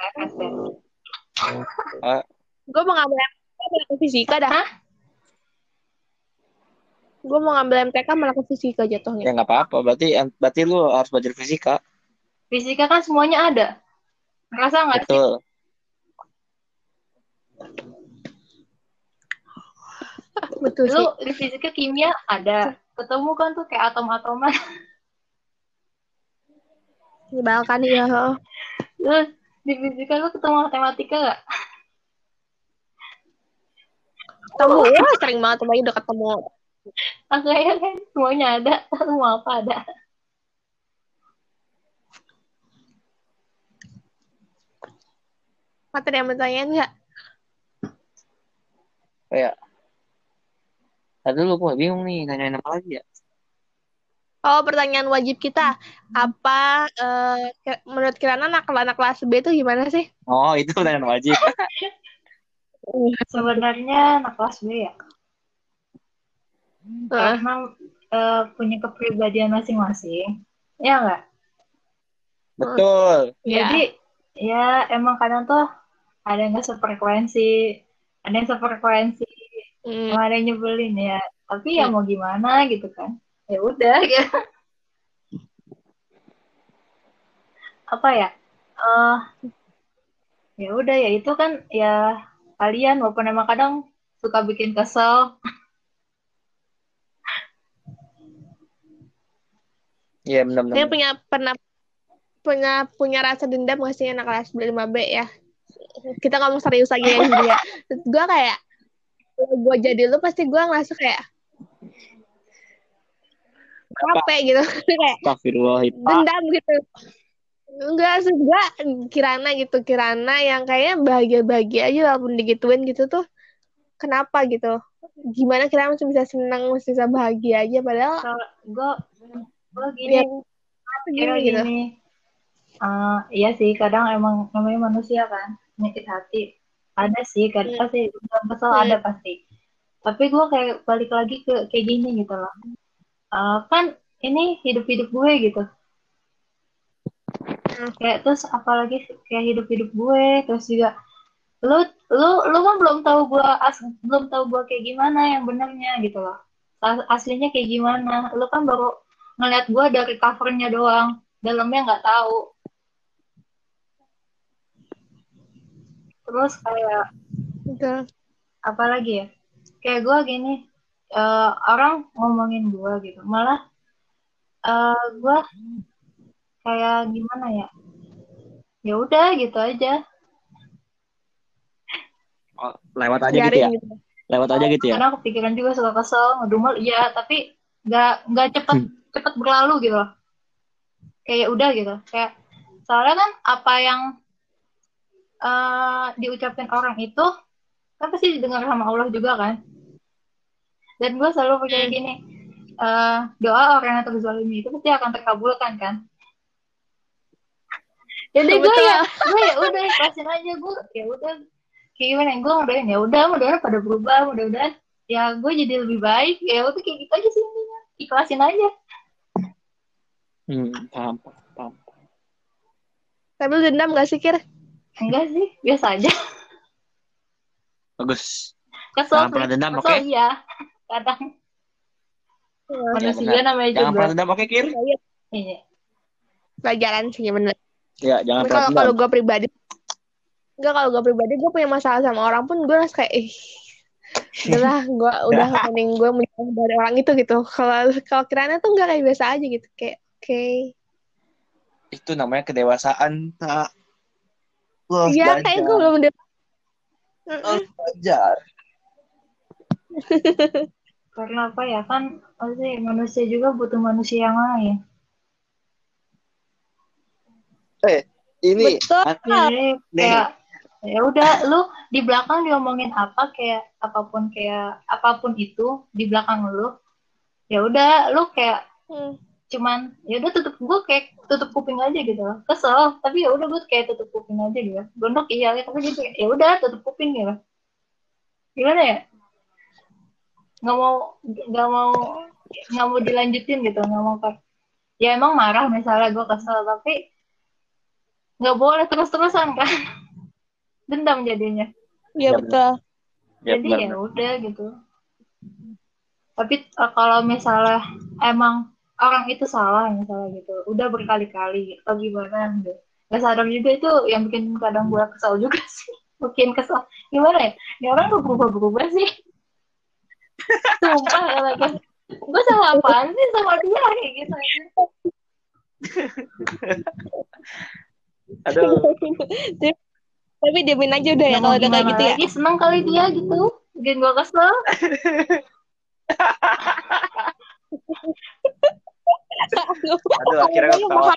Gue mau ngambil MTK fisika dah. Hah? Gue mau ngambil MTK malah ke fisika Ya jatuhnya. nggak apa-apa. Berarti lu harus belajar fisika. Fisika kan semuanya ada. Ngerasa nggak sih? Betul. Betul sih. Lu di fisika kimia ada. Ketemu kan tuh kayak atom-atoman. Menyebalkan ya. Terus di fisika lu ketemu matematika nggak? Ketemu, sering banget apalagi udah ketemu. Makanya kan semuanya ada. Semua apa ada. Materi yang bertanyain nggak? Kayak. Tadi lu gue bingung nih, nanyain apa lagi ya? Oh, pertanyaan wajib kita. Apa, menurut Kirana anak kelas B itu gimana sih? Oh, itu pertanyaan wajib. Sebenarnya anak kelas B ya. Karena punya kepribadian masing-masing. Ya nggak? Betul. Jadi ya emang kadang tuh ada yang nggak sefrekuensi, ada yang sefrekuensi, emang ada yang nyebelin ya. Tapi ya mau gimana gitu kan? Ya udah ya. Apa ya? Ya udah ya itu kan ya kalian walaupun emang kadang suka bikin kesel. Iya benar-benar. Dia punya rasa dendam nggak sih anak kelas 5B ya? Kita ngomong serius lagi ya dia. Gue kayak kalau gue jadi lu pasti gue ngerasa kayak capek gitu. Kayak dendam gitu. Enggak sih, gue Kirana yang kayaknya bahagia-bahagia aja walaupun digituin gitu tuh. Kenapa gitu? Gimana Kirana masih bisa senang, masih bisa bahagia aja padahal gue gini gitu. Iya sih kadang emang namanya manusia kan penyakit hati ada sih kadang pasti kesel ada pasti. Tapi gue kayak balik lagi ke kayak gini gitu loh. Kan ini hidup gue gitu. Kayak terus apalagi kayak hidup gue terus juga lu kan belum tahu gue kayak gimana yang benarnya gitu loh. Aslinya kayak gimana? Lu kan baru ngeliat gue dari covernya doang, dalamnya nggak tahu. Terus kayak apa lagi ya? Kayak gue gini, orang ngomongin gue gitu, malah gue kayak gimana ya? Ya udah gitu aja. Oh, lewat aja gitu ya? Lewat aja gitu ya? Karena kepikiran juga suka kesel, ngedumel, iya, tapi nggak cepet berlalu gitu loh. Kayak udah gitu. Kayak soalnya kan apa yang diucapin orang itu kan pasti didengar sama Allah juga kan. Dan gue selalu percaya gini, doa orang yang terzalimi itu pasti akan terkabulkan kan. Jadi gue ya udah ikhlasin aja gue, ya udah kayak gimana gue ngedoain ya udah mudah-mudahan pada berubah, mudah-mudahan ya gue jadi lebih baik, ya udah kayak gitu aja sih intinya, ikhlasin aja. Paham. Tapi lu dendam gak sih Kir? Enggak sih, biasa aja. Bagus. Kesel Jangan pernah dendam, oke? Iya, kadang manusia namanya jangan juga. Pernah dendam, oke Kir? Iya. Pelajaran sih bener. Ya, jangan pernah dendam. Kalau gue pribadi gue punya masalah sama orang pun gue harus kayak udahlah gue udah mending gue menjauh dari orang itu gitu. Kalau Kirana tuh nggak kayak biasa aja gitu kayak oke. Itu namanya kedewasaan, tak? Iya kayak gue belum belajar. Karena apa ya kan pasti manusia juga butuh manusia yang lain. Ini jadi kayak ya udah lu di belakang diomongin apa kayak apapun itu di belakang lu, ya udah lu kayak cuman ya udah gue kayak tutup kuping aja gitu loh. Kesel tapi ya udah gue kayak tutup kuping aja gitu, gondok iya tapi gitu ya udah tutup kuping gitu, gimana ya, nggak mau nggak mau nggak mau dilanjutin gitu, nggak mau ya emang marah misalnya gue kesel tapi nggak boleh terus-terusan kan. Dendam jadinya. Iya betul. Ya, jadi ya udah gitu. Tapi kalau misalnya emang orang itu salah misalnya gitu, udah berkali-kali atau gimana gitu, nggak sadar juga, itu yang bikin kadang gue kesel juga sih. Bikin kesel gimana ya, ini orang tuh berubah-berubah sih. Sumpah kalau gue salah apaan sih sama dia kayak gitu. Aduh. Tapi diemin aja udah ya kalau udah kayak gitu ya. Lagi seneng kali dia gitu, bikin gue kesel. Aduh, akhirnya ketawa.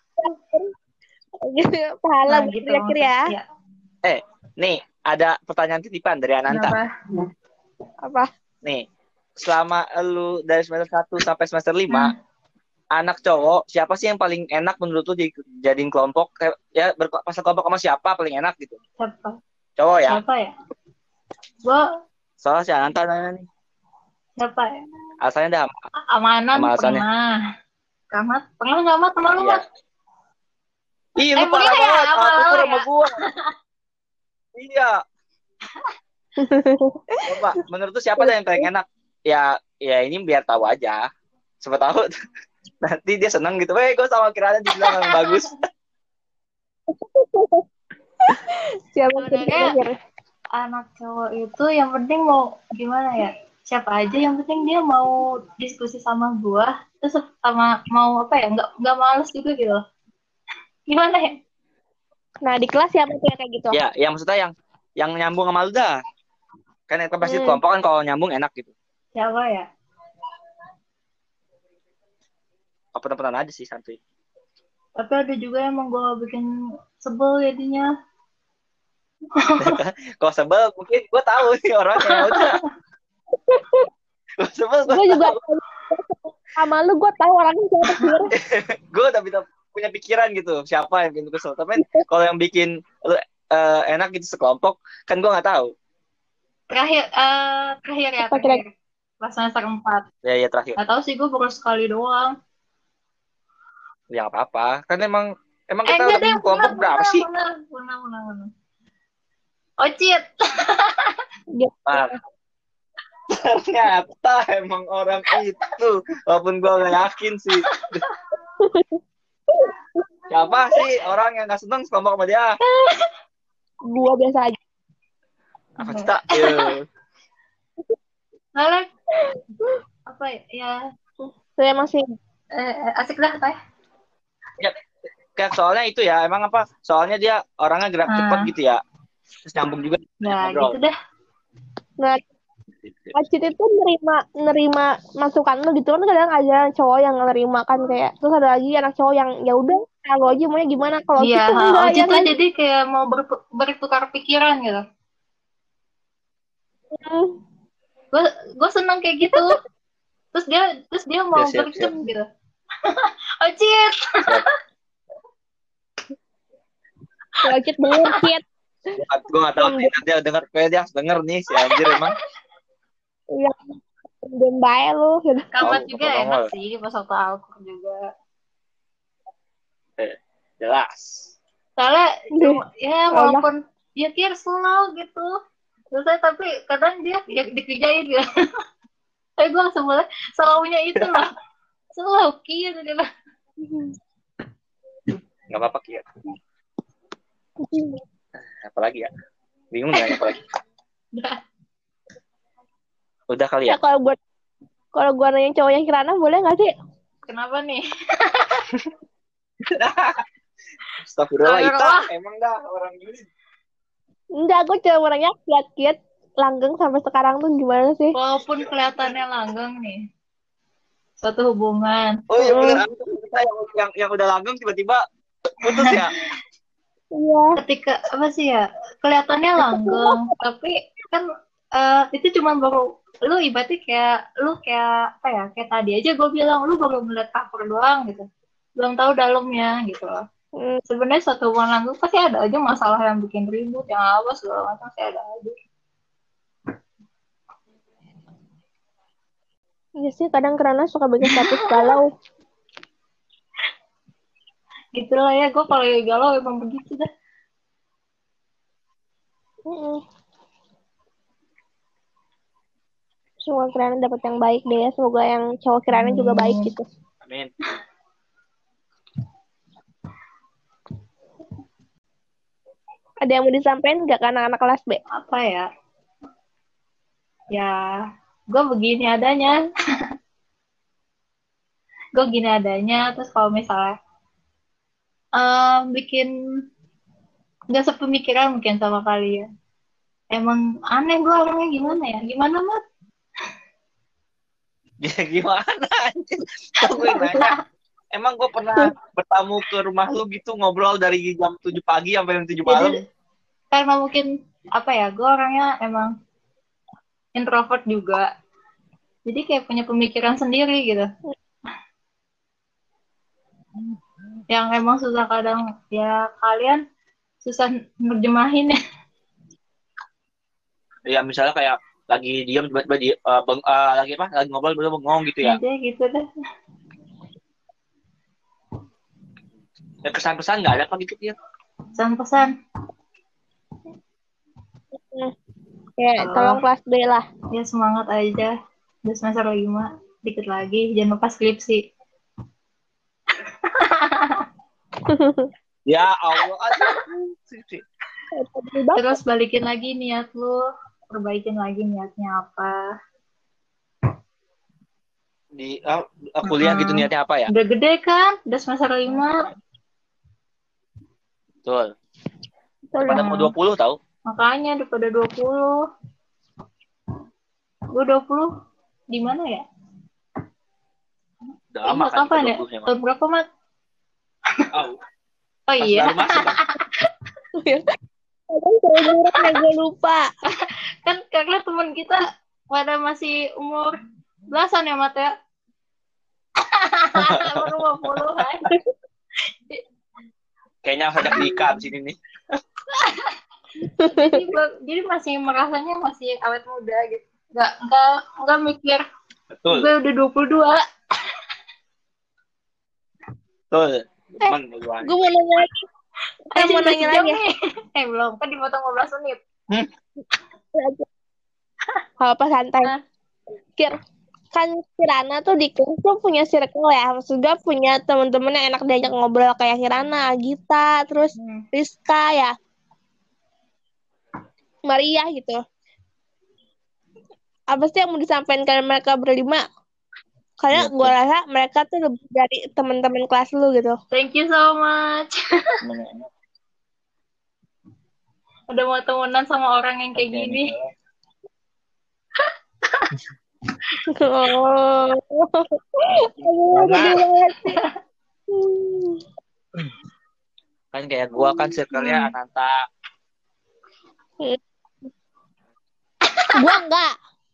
Pahala Nah, gitu akhir ya. Nih ada pertanyaan titipan dari Ananta. Apa? Nih, selama lu dari semester 1 sampai semester 5, anak cowok siapa sih yang paling enak menurut lu dijadiin kelompok? Ya pasang kelompok sama siapa paling enak gitu? Siapa? Cowok ya? Siapa ya? Gua Soalnya si Ananta nanya nih. siapa ya? Alasannya dah. Amanan alasannya. pernah. Kamat pernah nggak Mat sama lu Mat? Iya, lu parah banget. Aku tuh sama gua. Iya. Coba, menurut lu siapa yang paling enak? Ya ini biar tahu aja. Siapa tahu nanti dia seneng gitu. Gue sama Kirana dibilang yang bagus. Siapa sebenarnya anak cowok itu yang penting mau gimana ya? Siapa aja yang penting dia mau diskusi sama gua, terus sama mau apa ya? Nggak males juga gitu. Gimana ya? Nah, di kelas siapa tuh yang kayak gitu? Ya, yang maksudnya yang nyambung sama lu dah. Kan itu pasti kelompok kan kalau nyambung enak gitu. Siapa ya? Apa-apaan aja sih santuy. Tapi ada juga yang emang gue bikin sebel jadinya. Kalau sebel mungkin gue tahu sih orangnya udah. Gue sebel gue juga sama lu gue tahu orangnya siapa sih. Gue udah punya pikiran gitu siapa yang bikin kesel. Tapi kalau yang bikin lu enak gitu sekelompok kan gue nggak tahu. Terakhir ya pas semester 4. Ya terakhir. Nggak tahu sih, gue baru sekali doang. Ya apa? Kan emang kita udah bikin kelompok berapa sih? Pernah. Ocit. Ternyata emang orang itu, walaupun gue gak yakin sih. Siapa sih orang yang gak seneng sekelompok sama dia? Gua biasa aja. Apa cita? Lalu apa ya? Saya masih asik dah teh. Ya, kayak soalnya itu ya, emang apa? Soalnya dia orangnya gerak cepat gitu ya. Terus nyambung juga. Nah, gitu dah. Nah, Acit itu nerima masukan lu gitu kan, kadang ada cowok yang nerima kan kayak, terus ada lagi anak cowok yang ya udah kalau aja maunya gimana, kalau iya, gitu enggak ya kan? jadi kayak mau bertukar pikiran gitu. Gue seneng kayak gitu. Terus dia mau gercep gitu. Ocit. Ocit bener Cit. Gue gak tahu nih, nanti denger dia denger nih si anjir emang. Iya. Dan baik lu. Kamat juga enak sih pas waktu Alkur juga. Jelas. Soalnya ya walaupun dia kira slow gitu. Terus tapi kadang dia dikerjain gitu. Tapi gue sebenarnya slownya itu lah. Slow kian gitu lah. Gak apa-apa kian. Apalagi ya? Bingung nanya apa lagi? Udah kali ya? Kalau gue nanya cowok yang Kirana boleh nggak sih? Kenapa nih? Astagfirullah, Ita emang dah orang ini. Enggak, gue cuma nanya kiat-kiat langgeng sampai sekarang tuh gimana sih? Walaupun kelihatannya langgeng nih, suatu hubungan. Oh iya benar, yang udah langgeng tiba-tiba putus ya? Iya. Ketika apa sih ya, kelihatannya langgeng, tapi kan itu cuma baru lu ibaratnya kayak apa ya, kayak tadi aja gue bilang lu baru melihat cover doang gitu, belum tahu dalamnya gitu loh. Sebenarnya suatu hubungan langgeng pasti ada aja masalah yang bikin ribut, yang apa segala macam pasti ada aja. Iya sih, kadang karena suka bikin status galau. Gitu lah ya, gue kalau galau emang begitu dah. Semoga Kirana dapat yang baik deh ya. Semoga yang cowok Kirana juga baik gitu. Amin. Ada yang mau disampaikan nggak ke anak-anak kelas B? Apa ya? Ya, gue begini adanya. Gue gini adanya, terus kalau misalnya bikin nggak sepemikiran mungkin sama kalian. Emang aneh gue orangnya gimana ya? Gimana, Mat? Ya gimana anjir? Kok gue nanya. Emang gue pernah bertamu ke rumah lu gitu ngobrol dari jam 7 pagi sampai jam 7 malam? Jadi, karena mungkin apa ya, gue orangnya emang introvert juga. Jadi kayak punya pemikiran sendiri gitu. Yang emang susah kadang ya kalian susah nerjemahin ya. Ya misalnya kayak lagi diam tiba-tiba lagi apa? Lagi ngobrol tiba-tiba bengong gitu ya. Aja gitu deh. Ya kesan-kesan nggak ada apa gitu ya? Pesan-pesan. Ya, tolong kelas B lah. Ya semangat aja. Udah semester 5, dikit lagi. Jangan lupa skripsi. Ya Allah, Terus balikin lagi niat lu. Perbaikin lagi niatnya apa. Di kuliah gitu niatnya apa ya? Udah gede kan? Udah semester 5. Betul. Pada mau 20 tahu? Makanya udah pada 20. Gue 20 di mana ya? Udah lama kan kapan ya? Tahun berapa, Mat? Oh iya. Kadang gue lupa. Kan karena teman kita pada masih umur belasan ya, Mat ya? Baru 50-an. Kayaknya sejak nikah di sini nih. jadi masih merasanya masih awet muda gitu. Enggak mikir. Betul. Gue udah 22. Betul. Gue mau nanya lagi. Mau nanya lagi. Belum, kan dipotong 15 menit. Kalau apa santai. Kan Kirana tuh di kelas tuh punya circle ya. Maksudnya punya temen-temen yang enak diajak ngobrol kayak Kirana, Gita, terus Rizka ya. Maria gitu. Apa sih yang mau disampaikan ke mereka berlima? Karena gue rasa mereka tuh lebih dari teman-teman kelas lu gitu. Thank you so much. Udah mau temenan sama orang yang kayak gini. Kan kayak gua kan circle-nya Ananta. Gua enggak.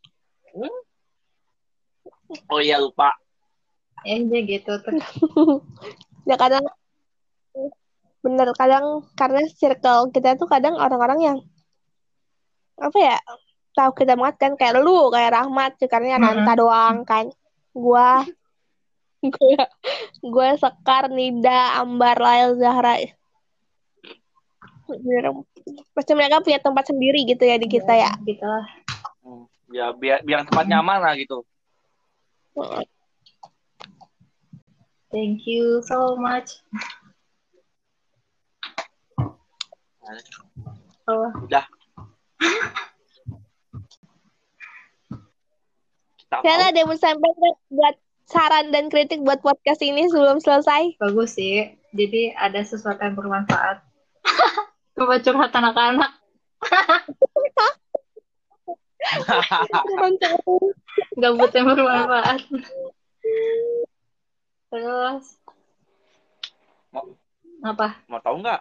Oh iya lupa. Aja gitu tuh. Ya kadang bener kadang karena circle kita tuh kadang orang-orang yang apa ya tahu kita banget kan kayak lu kayak Rahmat karena Nanta doang kan gue Sekar Nida Ambar Lail Zahra pasti mereka punya tempat sendiri gitu ya di kita ya gitu lah. Ya biar tempat nyaman lah gitu. Thank you so much. Udah. Karena ada yang mau sampaikan buat saran dan kritik buat podcast ini sebelum selesai. Bagus sih. Jadi ada sesuatu yang bermanfaat. Coba curhat anak-anak. Gabut yang bermanfaat. Terus apa? Mau tahu nggak?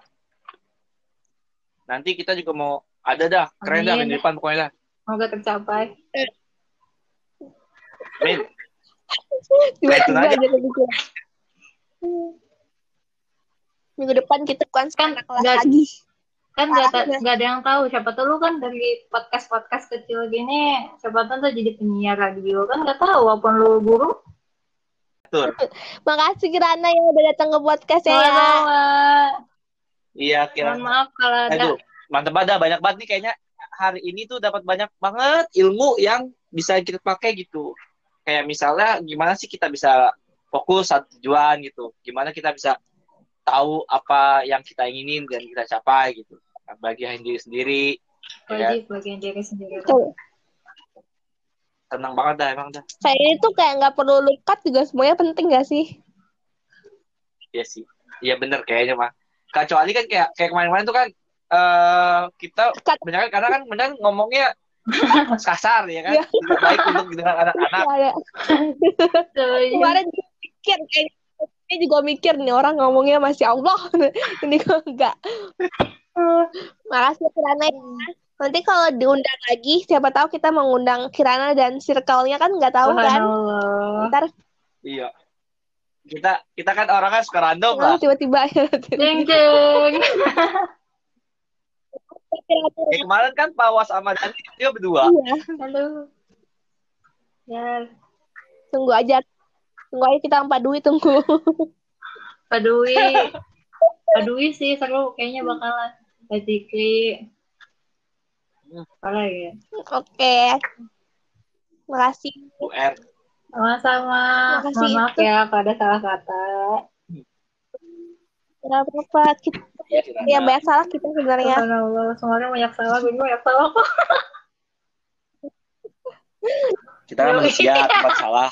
Nanti kita juga mau ada dah keren dah di depan pokoknya dah. Semoga tercapai. Min, Tiba-tiba aja. aja kepikiran. Minggu depan kita bukan Kan sekolah kelas nggak- lagi. Kan nggak ada yang tahu. Siapa tahu lu kan dari podcast kecil gini, siapa tahu tuh jadi penyiar radio. Kan nggak tahu walaupun lu guru. Tur. Makasih Kirana yang udah datang ke podcastnya ya. Sama-sama. Iya, kira. Mohon maaf kalau ada. Aduh, mantep ada banyak banget nih kayaknya hari ini tuh dapat banyak banget ilmu yang bisa kita pakai gitu. Kayak misalnya gimana sih kita bisa fokus satu tujuan gitu. Gimana kita bisa tahu apa yang kita inginin dan kita capai gitu. Bagian diri sendiri. Ya, Wajib bagian diri sendiri. tenang banget dah emang dah. Kayak ini tuh kayak nggak perlu lukat juga semuanya penting gak sih? Iya sih. Iya bener kayaknya mah. Kecuali kan kayak kemarin-kemarin tuh kan kita benar karena kan benar ngomongnya kasar ya kan. Iya. Tidak baik untuk dengan anak-anak. Ada. Kemarin gue mikir kayaknya juga mikir nih orang ngomongnya Masya Allah. Ini kok enggak. Makasih Kirana ya. Nanti kalau diundang lagi, siapa tahu kita mengundang Kirana dan circle-nya kan nggak tahu kan. Subhanallah. Ntar Kita kan orangnya suka random lah. tiba-tiba Jeng jeng. Kayak kemarin kan Pawas sama Dani dia berdua. Iya, Halo. Ya, tunggu aja kita Pak Dwi tunggu. Pak Dwi sih seru kayaknya bakalan. Pak Zikri. Apa lagi? Oke. Makasih. UR. Sama-sama. Makasih. Mohon maaf ya kalau ada salah kata. Kenapa kita ya banyak salah kita sebenarnya. Subhanallah, semuanya banyak salah, gue juga banyak salah kok. Kita kan manusia tempat salah.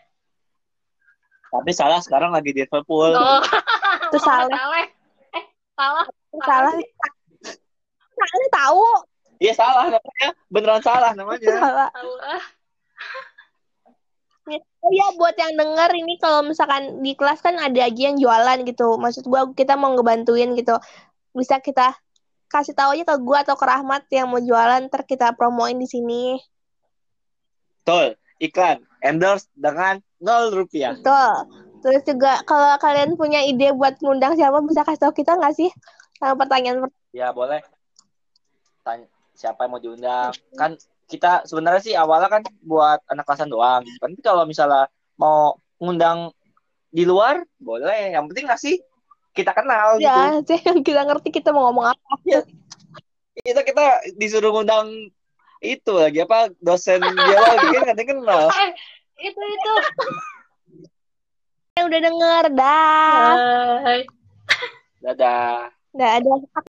Tapi salah sekarang lagi di Liverpool. Oh, Itu salah. Salah. Salah tahu. Iya salah namanya. Beneran salah namanya. Salah. Salah. Oh ya buat yang denger ini kalau misalkan di kelas kan ada aja yang jualan gitu. Maksud gua kita mau ngebantuin gitu. Bisa kita kasih tahu aja ke gua atau ke Rahmat yang mau jualan, ntar kita promoin di sini. Betul. Iklan endorse dengan 0 rupiah. Betul. Terus juga kalau kalian punya ide buat ngundang siapa bisa kasih tahu kita nggak sih? Sama pertanyaan. Ya boleh. Tanya siapa yang mau diundang. Kan kita sebenarnya sih awalnya kan buat anak kelasan doang. Tapi kalau misalnya mau ngundang di luar, boleh. Yang penting ngasih kita kenal gitu. Ya, kita ngerti kita mau ngomong apa. Kita disuruh ngundang itu lagi apa dosen biologi kan katanya kenal. Itu. Udah denger, dah. Hai. Dadah. Udah ada